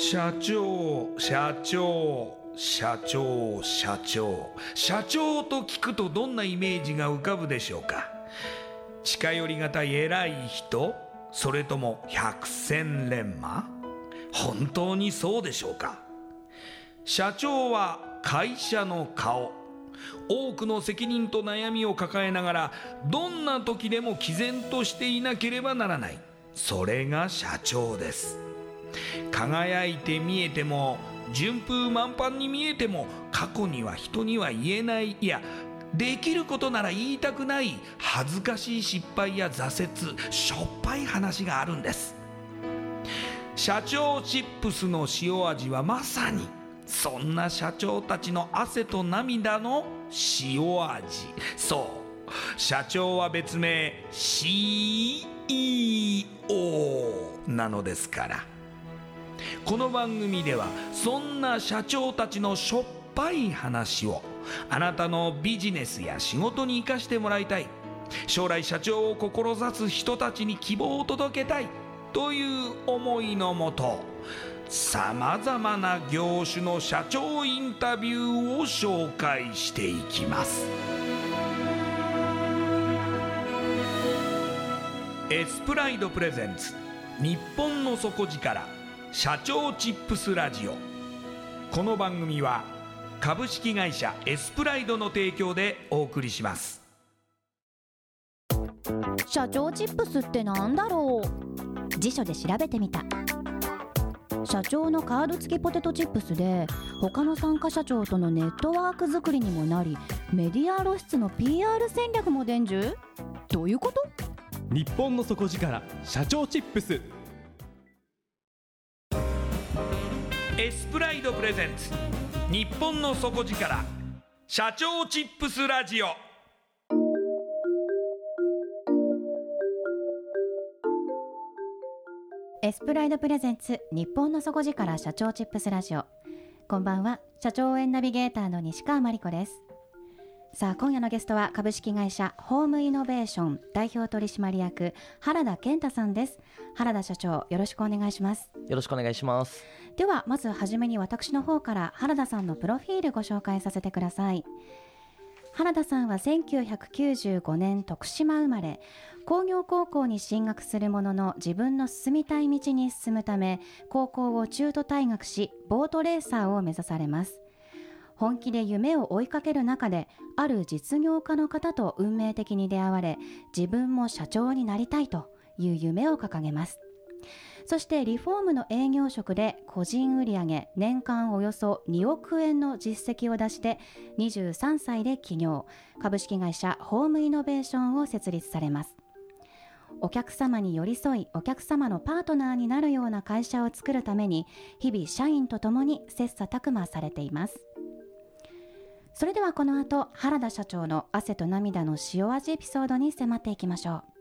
社長社長社長社長社長と聞くとどんなイメージが浮かぶでしょうか。近寄りがたい偉い人、それとも百戦錬磨。本当にそうでしょうか。社長は会社の顔。多くの責任と悩みを抱えながらどんな時でも毅然としていなければならない。それが社長です。輝いて見えても順風満帆に見えても、過去には人には言えない、いやできることなら言いたくない恥ずかしい失敗や挫折、しょっぱい話があるんです。社長チップスの塩味はまさにそんな社長たちの汗と涙の塩味。そう社長は別名 CEO なのですから。この番組ではそんな社長たちのしょっぱい話をあなたのビジネスや仕事に生かしてもらいたい、将来社長を志す人たちに希望を届けたいという思いのもと、さまざまな業種の社長インタビューを紹介していきます。エスプライドプレゼンツ日本の底力社長チップスラジオ。この番組は株式会社エスプライドの提供でお送りします。 社長チップスってなんだろう。辞書で調べてみた。社長のカード付きポテトチップスで、他の参加社長とのネットワーク作りにもなり、メディア露出の PR 戦略も伝授。どういうこと？ 日本の底力社長チップス。 エスプライドプレゼンツ日本の底力社長チップスラジオ。 エスプライドプレゼンツ日本の底力社長チップスラジオ。こんばんは、社長応援ナビゲーターの西川真理子です。さあ、今夜のゲストは株式会社ホームイノベーション代表取締役原田健太さんです。原田社長、よろしくお願いします。 よろしくお願いします。 ではまずはじめに私の方から原田さんのプロフィールご紹介させてください。原田さんは1995年徳島生まれ、工業高校に進学するものの自分の進みたい道に進むため高校を中途退学し、ボートレーサーを目指されます。本気で夢を追いかける中で、ある実業家の方と運命的に出会われ、自分も社長になりたいという夢を掲げます。そしてリフォームの営業職で個人売上年間およそ2億円の実績を出して23歳で起業、株式会社ホームイノベーションを設立されます。お客様に寄り添い、お客様のパートナーになるような会社を作るために日々社員とともに切磋琢磨されています。それではこの後、原田社長の汗と涙の塩味エピソードに迫っていきましょう。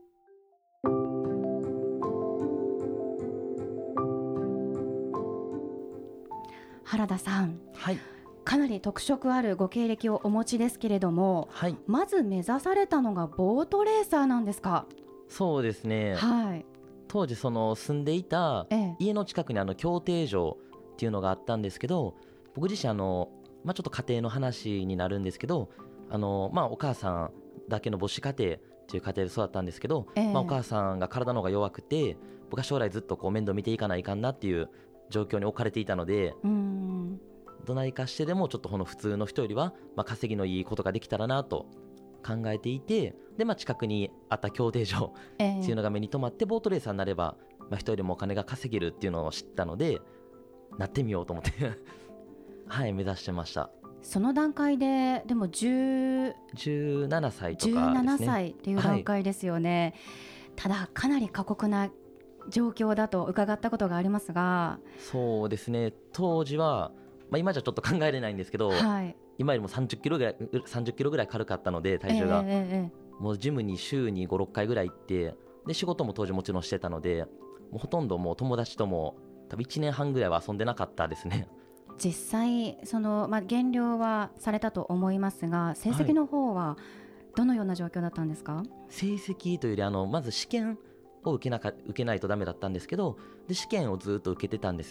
原田さん、 はい、 かなり特色あるご経歴をお持ちですけれども、 はい、 まず目指されたのがボートレーサーなんですか？ そうですね、 はい、 当時その住んでいた家の近くに競艇場っていうのがあったんですけど、僕自身ちょっと家庭の話になるんですけど、お母さんだけの母子家庭っていう家庭で育ったんですけど、お母さんが体の方が弱くて、僕は将来ずっと面倒見ていかないかんなっていう状況に置かれていたので、どないかしてでもちょっと普通の人よりは稼ぎのいいことができたらなと考えていて、で近くにあった競艇場っていうのが目に留まって、ボートレーサーになれば人よりもお金が稼げるっていうのを知ったので、なってみようと思ってはい、目指してました。 その段階ででも17 歳とかですね。 17歳っていう段階ですよね、はい、ただかなり過酷な状況だと伺ったことがありますが。 そうですね、当時は、今じゃちょっと考えれないんですけど、はい、今よりも30キロぐらい軽かったので、体重が、もうジムに週に 5,6 回ぐらい行って、で仕事も当時もちろんしてたので、もうほとんどもう友達とも多分1年半ぐらいは遊んでなかったですね。 実際減量はされたと思いますが、成績の方はどのような状況だったんですか？ 成績というよりまず試験を受けないとダメだったんですけど、で試験をずっと受けてたんですよ。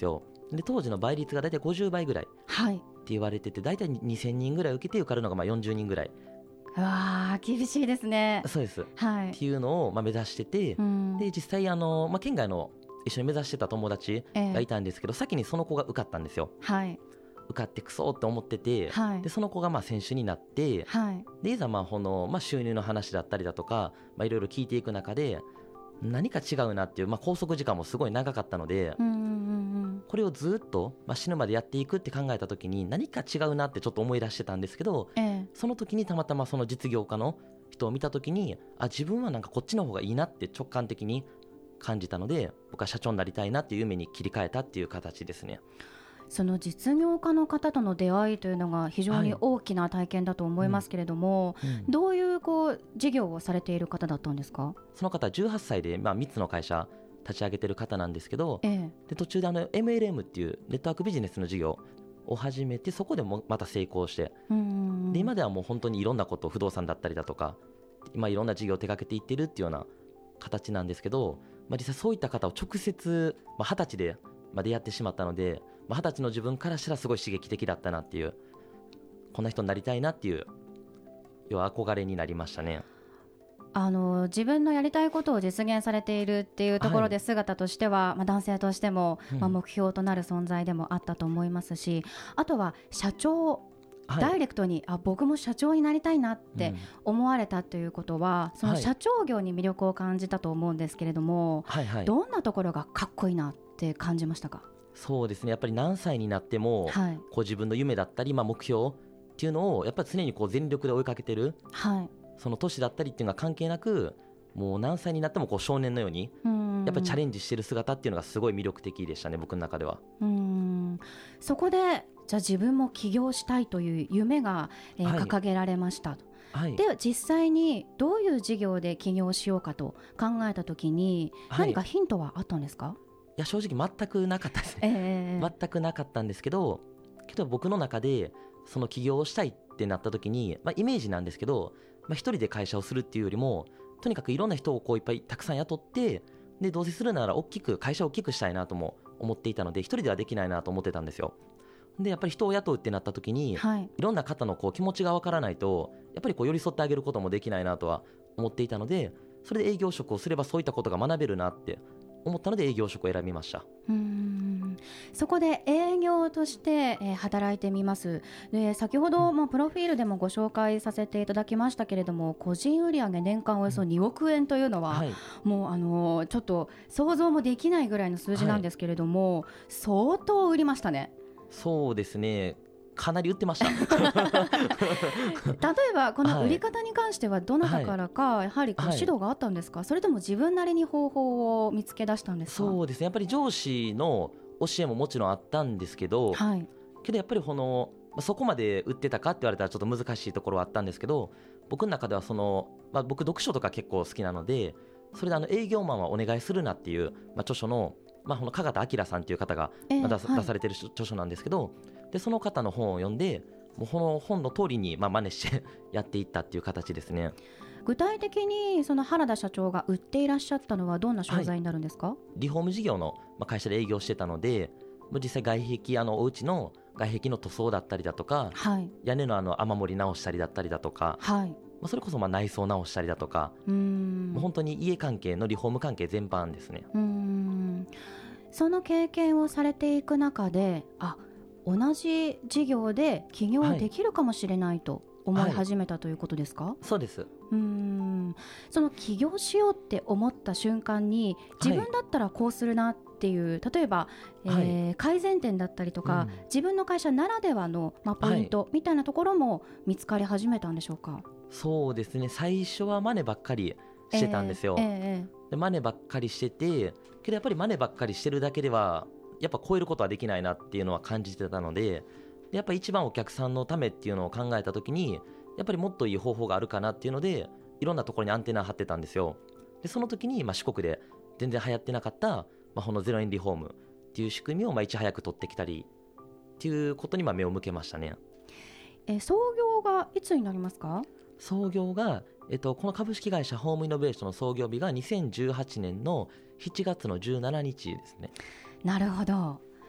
で当時の倍率が大体50倍ぐらいって言われてて、大体2000人ぐらい受けて受かるのが40人ぐらい。 うわー厳しいですね。 そうです、 はい、 っていうのを目指してて、で実際県外の一緒に目指してた友達がいたんですけど、先にその子が受かったんですよ。受かってクソって思ってて、でその子が選手になって、でいざ収入の話だったりだとかいろいろ聞いていく中で何か違うなっていう、拘束時間もすごい長かったので、これをずっと、死ぬまでやっていくって考えた時に何か違うなってちょっと思い出してたんですけど、その時にたまたまその実業家の人を見た時に自分はなんかこっちの方がいいなって直感的に感じたので、僕は社長になりたいなっていう夢に切り替えたっていう形ですね。 その実業家の方との出会いというのが非常に大きな体験だと思いますけれども、どういう事業をされている方だったんですか？ その方は18歳で3つの会社立ち上げてる方なんですけど、で途中でMLM っていうネットワークビジネスの事業を始めて、そこでもまた成功して、で今ではもう本当にいろんなことを不動産だったりだとか今いろんな事業を手掛けていってるっていうような形なんですけど、実際そういった方を直接20歳で出会ってしまったので、20歳の自分からしたらすごい刺激的だったなっていう、こんな人になりたいなっていう要は憧れになりましたね。 自分のやりたいことを実現されているっていうところで、姿としては、男性としても、目標となる存在でもあったと思いますし、あとは社長、ダイレクトに僕も社長になりたいなって思われたということは、その社長業に魅力を感じたと思うんですけれども、どんなところがかっこいいなって感じましたか？ そうですね、やっぱり何歳になっても、自分の夢だったり、目標っていうのをやっぱり常に全力で追いかけてる、その年だったりっていうのが関係なく、もう何歳になっても少年のようにやっぱりチャレンジしてる姿っていうのがすごい魅力的でしたね、僕の中では。 そこでじゃあ自分も起業したいという夢が、掲げられましたと。では実際にどういう事業で起業しようかと考えたときに、何かヒントはあったんですか？ いや正直全くなかったですね、全くなかったんですけど僕の中でその起業をしたいってなった時に、イメージなんですけど、一人で会社をするっていうよりも、とにかくいろんな人をいっぱいたくさん雇って、でどうせするなら会社を大きくしたいなとも思っていたので、一人ではできないなと思ってたんですよ。でやっぱり人を雇うってなった時に、いろんな方の気持ちが分からないとやっぱり寄り添ってあげることもできないなとは思っていたので、それで営業職をすればそういったことが学べるなって思ったので営業職を選びました。 そこで営業として、働いてみます。で先ほど、プロフィールでもご紹介させていただきましたけれども、個人売上年間およそ2億円というのは、もうちょっと想像もできないぐらいの数字なんですけれども、相当売りましたね。 そうですね、かなり売ってました例えばこの売り方に関してはどなたからかやはり指導があったんですか？それとも自分なりに方法を見つけ出したんですか？ そうですね、やっぱり上司の教えももちろんあったんですけど、けどやっぱりそこまで売ってたかって言われたらちょっと難しいところはあったんですけど、僕の中では僕読書とか結構好きなので、それで営業マンはお願いするなっていう、著書の、加賀田明さんっていう方が、出されてる著書なんですけど、でその方の本を読んで、もうこの本の通りに真似してやっていったっていう形ですね。 具体的にその原田社長が売っていらっしゃったのはどんな商材になるんですか？ リフォーム事業の会社で営業してたので、実際外壁お家の外壁の塗装だったりだとか、屋根の雨漏り直したりだったりだとか、それこそ内装直したりだとか、もう本当に家関係のリフォーム関係全般ですね。 その経験をされていく中で、同じ事業で起業できるかもしれないと思い始めたということですか？ そうです。 その起業しようって思った瞬間に、自分だったらこうするなっていう、例えば、改善点だったりとか、自分の会社ならではの、ポイントみたいなところも見つかり始めたんでしょうか？ そうですね、最初はマネばっかりしてたんですよ。でマネばっかりしてて、けどやっぱりマネばっかりしてるだけではやっぱ超えることはできないなっていうのは感じてたので、やっぱり一番お客さんのためっていうのを考えた時に、やっぱりもっといい方法があるかなっていうので、いろんなところにアンテナ張ってたんですよ。でその時に、四国で全然流行ってなかった、この0円リフォームっていう仕組みをいち早く取ってきたりっていうことに目を向けましたね。 創業がいつになりますか？ 創業が、この株式会社ホームイノベーションの創業日が2018年の7月の17日ですね。 なるほど。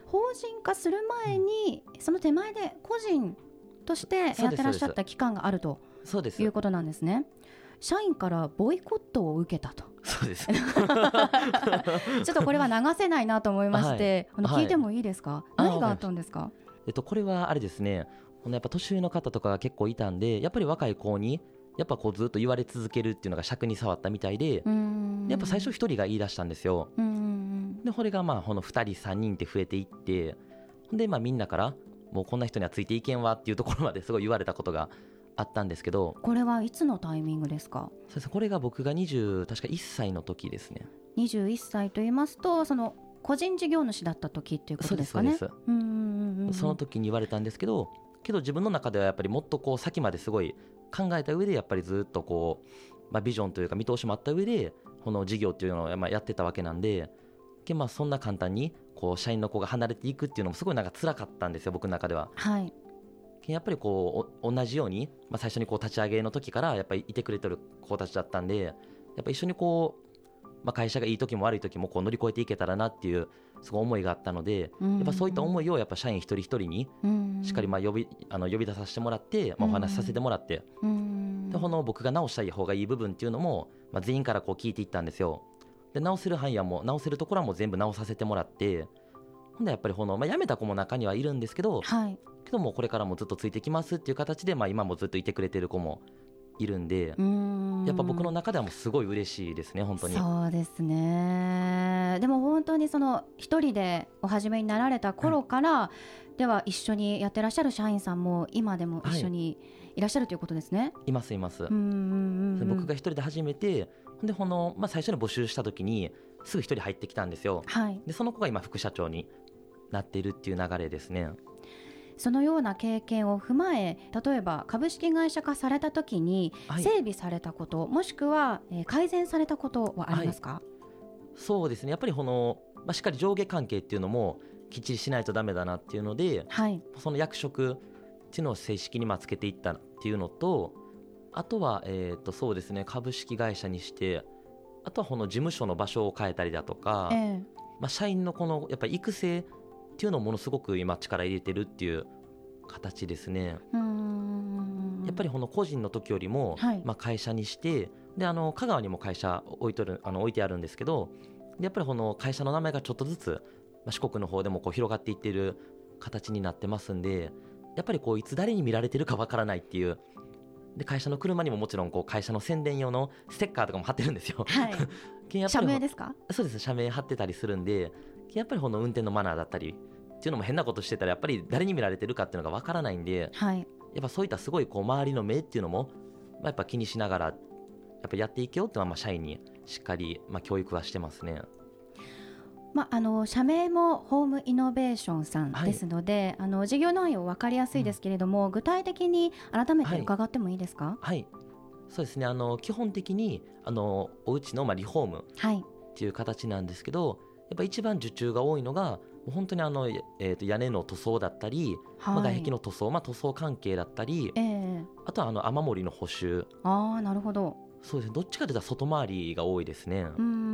法人化する前に、その手前で個人としてやってらっしゃった期間があるということなんですね。社員からボイコットを受けたと。 そうですちょっとこれは流せないなと思いまして、聞いてもいいですか？何があったんですか？ これはあれですね、やっぱ年上の方とかが結構いたんで、やっぱり若い子にやっぱこうずっと言われ続けるっていうのが尺に触ったみたいで、やっぱ最初1人が言い出したんですよ。でこれがこの2人3人って増えていって、でみんなからもうこんな人にはついていけんわっていうところまですごい言われたことがあったんですけど。 これはいつのタイミングですか？ そうです、これが僕が確か1歳の時ですね。 21歳と言いますと、その個人事業主だった時っていうことですかね。 そうです。その時に言われたんですけど自分の中ではやっぱりもっとこう先まですごい考えた上で、やっぱりずっとこう、ビジョンというか見通しもあった上でこの事業っていうのをやってたわけなんで、そんな簡単にこう社員の子が離れていくっていうのもすごいなんか辛かったんですよ、僕の中では。 はい。 やっぱりこう同じように、最初にこう立ち上げの時からやっぱりいてくれてる子たちだったんで、やっぱ一緒にこう、会社がいい時も悪い時もこう乗り越えていけたらなっていうすごい思いがあったので、やっぱそういった思いをやっぱ社員一人一人にしっかり呼び出させてもらって、お話しさせてもらって、で僕が直したい方がいい部分っていうのも、全員からこう聞いていったんですよ。で直せる範囲はもう直せるところはもう全部直させてもらって、ほんでやっぱり辞めた子も中にはいるんですけど、けどもこれからもずっとついてきますっていう形で、今もずっといてくれてる子もいるんで、やっぱ僕の中ではもうすごい嬉しいですね、本当に。 そうですね。でも本当にその一人でお始めになられた頃から、では一緒にやってらっしゃる社員さんも今でも一緒にいらっしゃるということですね。 います。僕が一人で始めて、で最初に募集した時にすぐ一人入ってきたんですよ。でその子が今副社長になっているっていう流れですね。 そのような経験を踏まえ、例えば株式会社化された時に整備されたこと、もしくは改善されたことはありますか？ そうですね、やっぱりしっかり上下関係っていうのもきっちりしないとダメだなっていうので、その役職っていうのを正式につけていったっていうのと、あとはそうですね、株式会社にして、あとは事務所の場所を変えたりだとか、社員のやっぱり育成っていうのをものすごく今力入れてるっていう形ですね。やっぱり個人の時よりも、会社にして、で香川にも会社置いてあるんですけど、やっぱり会社の名前がちょっとずつ、四国の方でもこう広がっていっている形になってますんで、やっぱりいつ誰に見られてるかわからないっていう。で会社の車にももちろん会社の宣伝用のステッカーとかも貼ってるんですよ。 社名ですか？ そうです、社名貼ってたりするんで、やっぱり運転のマナーだったりっていうのも変なことしてたらやっぱり誰に見られてるかっていうのがわからないんで、やっぱそういったすごい周りの目っていうのも、やっぱ気にしながらやっぱやっていけようっていうのは社員にしっかり教育はしてますね。 社名もホームイノベーションさんですので、事業内容分かりやすいですけれども、具体的に改めて伺ってもいいですか？ そうですね、基本的にお家のリフォームっていう形なんですけど、やっぱ一番受注が多いのが本当に屋根の塗装だったり、外壁の塗装、塗装関係だったり、あとは雨漏りの補修。 なるほど。 そうですね、どっちかというと外回りが多いですね。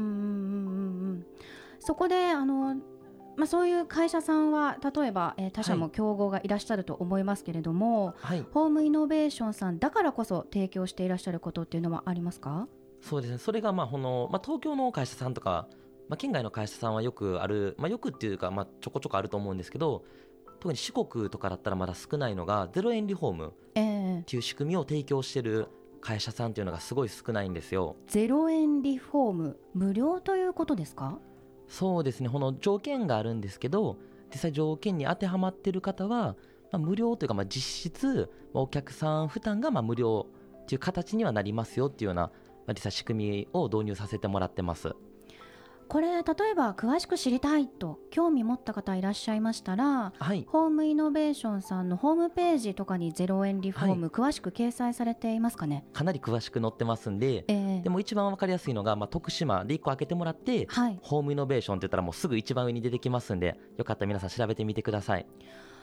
そこでそういう会社さんは例えば、他社も競合がいらっしゃると思いますけれども、ホームイノベーションさんだからこそ提供していらっしゃることっていうのはありますか？ そうですね、それが東京の会社さんとか、県外の会社さんはよくある、よくっていうか、ちょこちょこあると思うんですけど、特に四国とかだったらまだ少ないのが0円リフォームっていう仕組みを提供している会社さんっていうのがすごい少ないんですよ。 0円リフォーム、無料ということですか？ そうですね、条件があるんですけど、実際条件に当てはまっている方は、無料というか、実質お客さん負担が無料っていう形にはなりますよっていうような、実際仕組みを導入させてもらってます。 これ例えば詳しく知りたいと興味持った方いらっしゃいましたら、ホームイノベーションさんのホームページとかに0円リフォーム、詳しく掲載されていますかね？ かなり詳しく載ってますんで、でも一番分かりやすいのが、徳島で1個開けてもらって、ホームイノベーションって言ったらもうすぐ一番上に出てきますんで、よかったら皆さん調べてみてください。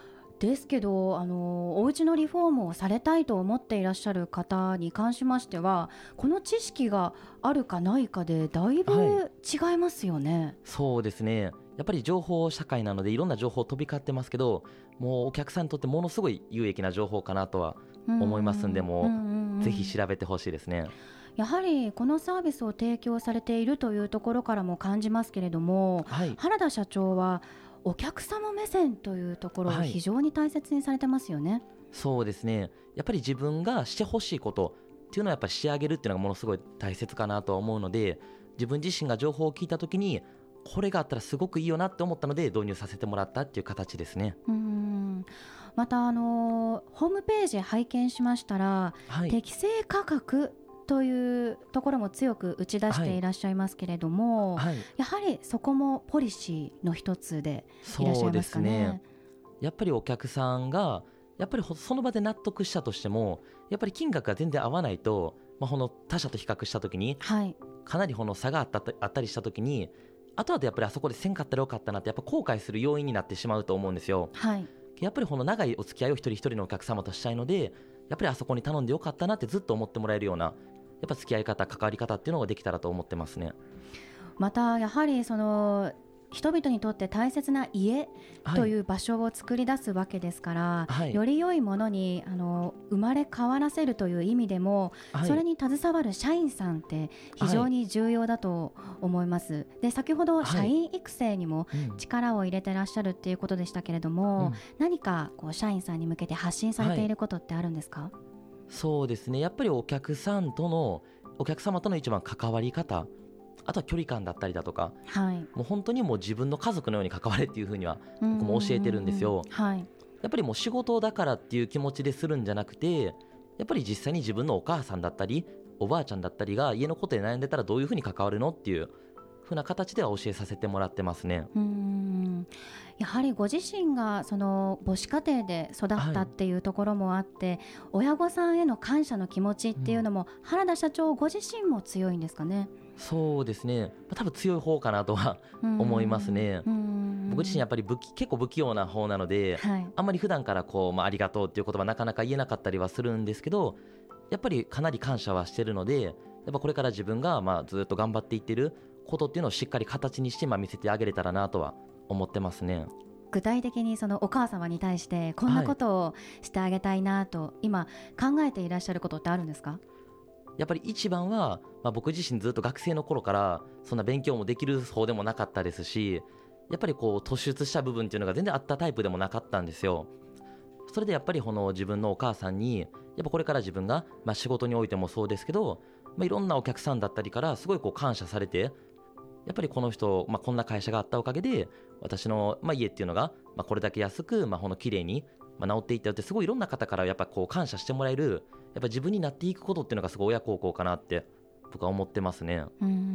ですけどお家のリフォームをされたいと思っていらっしゃる方に関しましてはこの知識があるかないかでだいぶ違いますよね。 そうですね、やっぱり情報社会なのでいろんな情報飛び交ってますけど、もうお客さんにとってものすごい有益な情報かなとは思いますんで、もうぜひ調べてほしいですね。 やはりこのサービスを提供されているというところからも感じますけれども、原田社長はお客様目線というところを非常に大切にされてますよね。 そうですね、やっぱり自分がしてほしいことっていうのをやっぱり仕上げるっていうのがものすごい大切かなとは思うので、自分自身が情報を聞いた時にこれがあったらすごくいいよなって思ったので導入させてもらったっていう形ですね。 またホームページ拝見しましたら、適正価格というところも強く打ち出していらっしゃいますけれども、やはりそこもポリシーの一つでいらっしゃいますかね。そうですね、 やっぱりお客さんがやっぱりその場で納得したとしてもやっぱり金額が全然合わないと、この他社と比較した時に、かなりこの差があったりした時に後々やっぱりあそこでせんかったらよかったなってやっぱ後悔する要因になってしまうと思うんですよ。やっぱりこの長いお付き合いを一人一人のお客様としたいので、やっぱりあそこに頼んでよかったなってずっと思ってもらえるようなやっぱ付き合い方関わり方っていうのができたらと思ってますね。 またやはりその人々にとって大切な家という場所を作り出すわけですから、より良いものに生まれ変わらせるという意味でも、それに携わる社員さんって非常に重要だと思います。で先ほど社員育成にも力を入れてらっしゃるっていうことでしたけれども、何かこう社員さんに向けて発信されていることってあるんですか？ そうですね、やっぱりお客様との一番関わり方、あとは距離感だったりだとか、もう本当にもう自分の家族のように関われっていうふうには僕も教えてるんですよ。やっぱりもう仕事だからっていう気持ちでするんじゃなくて、やっぱり実際に自分のお母さんだったりおばあちゃんだったりが家のことで悩んでたらどういうふうに関わるのっていうふうな形では教えさせてもらってますね。 やはりご自身がその母子家庭で育ったっていうところもあって、親御さんへの感謝の気持ちっていうのも、原田社長ご自身も強いんですかね？ そうですね、多分強い方かなとは思いますね。僕自身やっぱり結構不器用な方なので、あんまり普段からありがとうっていう言葉なかなか言えなかったりはするんですけど、やっぱりかなり感謝はしてるので、やっぱこれから自分がずっと頑張っていってることっていうのをしっかり形にして見せてあげれたらなとは思ってますね。 具体的にそのお母様に対してこんなことをしてあげたいなと今考えていらっしゃることってあるんですか？ やっぱり一番は、僕自身ずっと学生の頃からそんな勉強もできる方でもなかったですし、やっぱり突出した部分っていうのが全然あったタイプでもなかったんですよ。それでやっぱり自分のお母さんにやっぱこれから自分が、仕事においてもそうですけど、いろんなお客さんだったりからすごい感謝されて、やっぱりこの人、こんな会社があったおかげで私の、家っていうのが、これだけ安く、綺麗に、治っていったよって、すごいいろんな方からやっぱ感謝してもらえる、やっぱ自分になっていくことっていうのがすごい親孝行かなって僕は思ってますね。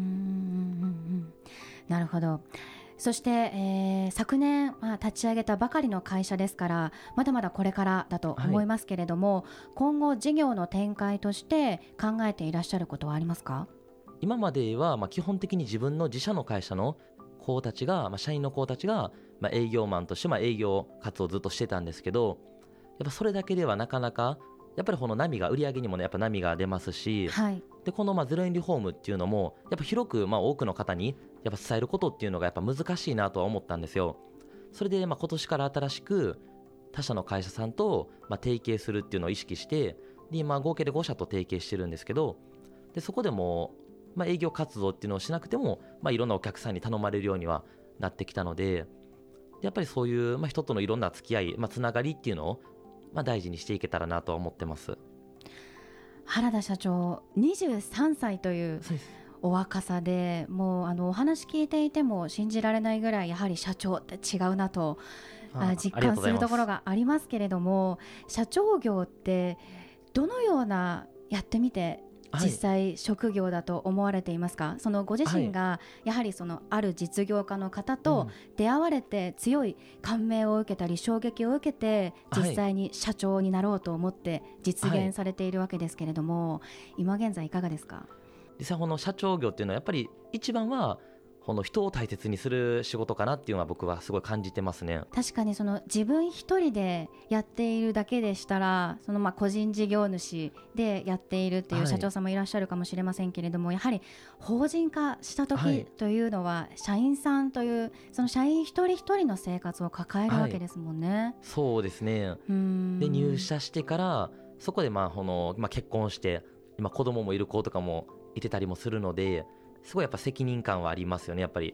なるほど。そして、昨年、立ち上げたばかりの会社ですからまだまだこれからだと思いますけれども、今後事業の展開として考えていらっしゃることはありますか？ 今までは基本的に自分の自社の会社の子たちが、社員の子たちが、営業マンとして営業活動をずっとしてたんですけど、やっぱそれだけではなかなかやっぱりこの波が売り上げにも、やっぱ波が出ますし、でこの0円リフォームっていうのもやっぱ広く多くの方にやっぱ伝えることっていうのがやっぱ難しいなとは思ったんですよ。それで今年から新しく他社の会社さんと提携するっていうのを意識して、で今合計で5社と提携してるんですけど、でそこでも営業活動っていうのをしなくても、いろんなお客さんに頼まれるようにはなってきたので、やっぱりそういう、人とのいろんな付き合い、つながりっていうのを、大事にしていけたらなとは思ってます。 原田社長23歳というお若さで、もうお話聞いていても信じられないぐらいやはり社長って違うなと実感するところがありますけれども、社長業ってどのようなやってみて実際職業だと思われていますか？そのご自身がやはりある実業家の方と出会われて強い感銘を受けたり衝撃を受けて実際に社長になろうと思って実現されているわけですけれども、今現在いかがですか？ 実際この社長業っていうのはやっぱり一番はこの人を大切にする仕事かなっていうのは僕はすごい感じてますね。 確かにその自分一人でやっているだけでしたら、その個人事業主でやっているっていう社長さんもいらっしゃるかもしれませんけれども、やはり法人化した時というのは社員さんというその社員一人一人の生活を抱えるわけですもんね。 そうですね。で入社してからそこで結婚して今子供もいる子とかもいてたりもするので、すごいやっぱ責任感はありますよね、やっぱり。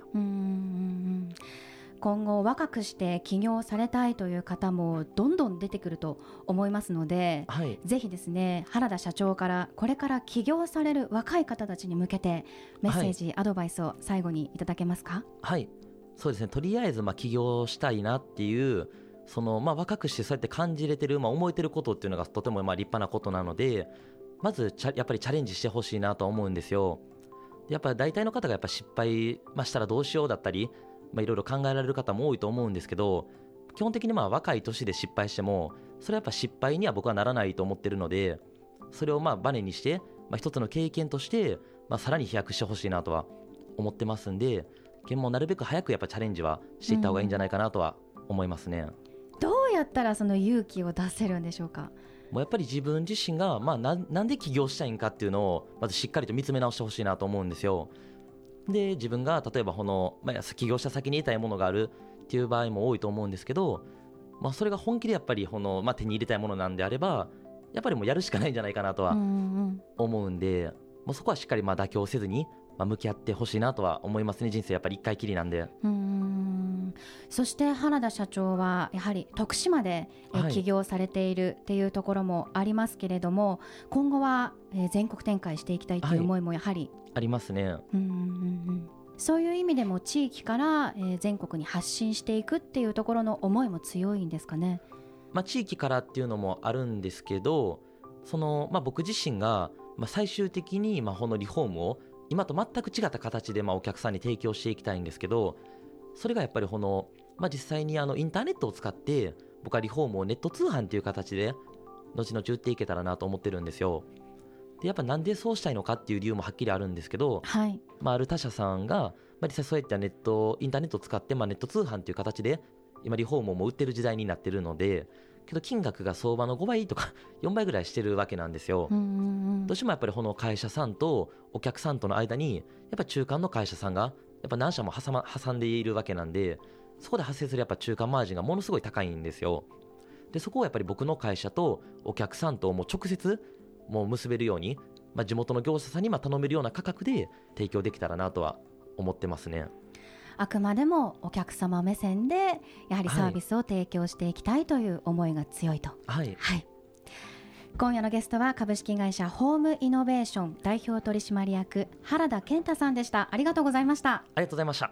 今後若くして起業されたいという方もどんどん出てくると思いますので、ぜひですね、原田社長からこれから起業される若い方たちに向けてメッセージ、アドバイスを最後にいただけますか？ そうですね、とりあえず起業したいなっていう若くしてそうやって感じれてる、思えてることっていうのがとても立派なことなので、まずやっぱりチャレンジしてほしいなと思うんですよ。やっぱり大体の方がやっぱ失敗したらどうしようだったり、いろいろ考えられる方も多いと思うんですけど、基本的に若い年で失敗してもそれはやっぱ失敗には僕はならないと思ってるので、それをバネにして、一つの経験として、さらに飛躍してほしいなとは思ってますんで、もなるべく早くやっぱチャレンジはしていった方がいいんじゃないかなとは思いますね。 どうやったらその勇気を出せるんでしょうか？ もうやっぱり自分自身が、なんで起業したいんかっていうのをまずしっかりと見つめ直してほしいなと思うんですよ。で自分が例えば起業した先に得たいものがあるっていう場合も多いと思うんですけど、それが本気でやっぱり手に入れたいものなんであれば、やっぱりもうやるしかないんじゃないかなとは思うんで、もうそこはしっかり妥協せずに向き合ってほしいなとは思いますね。人生やっぱり一回きりなんで。 そして原田社長はやはり徳島で起業されているっていうところもありますけれども、今後は全国展開していきたいという思いもやはり、 ありますね。 そういう意味でも地域から全国に発信していくっていうところの思いも強いんですかね？ 地域からっていうのもあるんですけど、僕自身が最終的にリフォームを今と全く違った形でお客さんに提供していきたいんですけど、それがやっぱり実際にインターネットを使って僕はリフォームをネット通販っていう形で後々売っていけたらなと思ってるんですよ。でやっぱなんでそうしたいのかっていう理由もはっきりあるんですけど、ある他社さんが実際そういったインターネットを使ってネット通販っていう形で今リフォームをもう売ってる時代になってるので、けど金額が相場の5倍とか4倍ぐらいしてるわけなんですよ。どうしてもやっぱり会社さんとお客さんとの間にやっぱ中間の会社さんがやっぱ何社も挟んでいるわけなんで、そこで発生するやっぱ中間マージンがものすごい高いんですよ。でそこをやっぱり僕の会社とお客さんともう直接もう結べるように、地元の業者さんに頼めるような価格で提供できたらなとは思ってますね。 あくまでもお客様目線でやはりサービスを提供していきたいという思いが強いと。今夜のゲストは株式会社ホームイノベーション代表取締役原田健太さんでした。ありがとうございました。 ありがとうございました。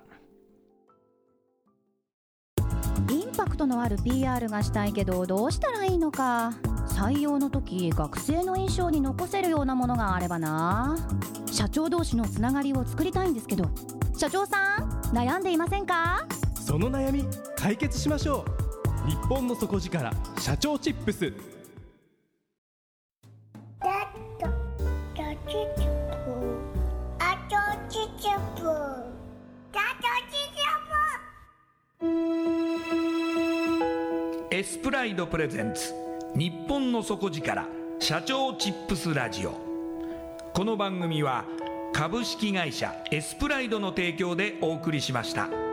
インパクトのある PR がしたいけどどうしたらいいのか。採用の時学生の印象に残せるようなものがあればな。社長同士のつながりを作りたいんですけど、社長さん悩んでいませんか？ その悩み解決しましょう。日本の底力社長チップス。 エスプライドプレゼンツ日本の底力社長チップスラジオ。この番組は株式会社エスプライドの提供でお送りしました。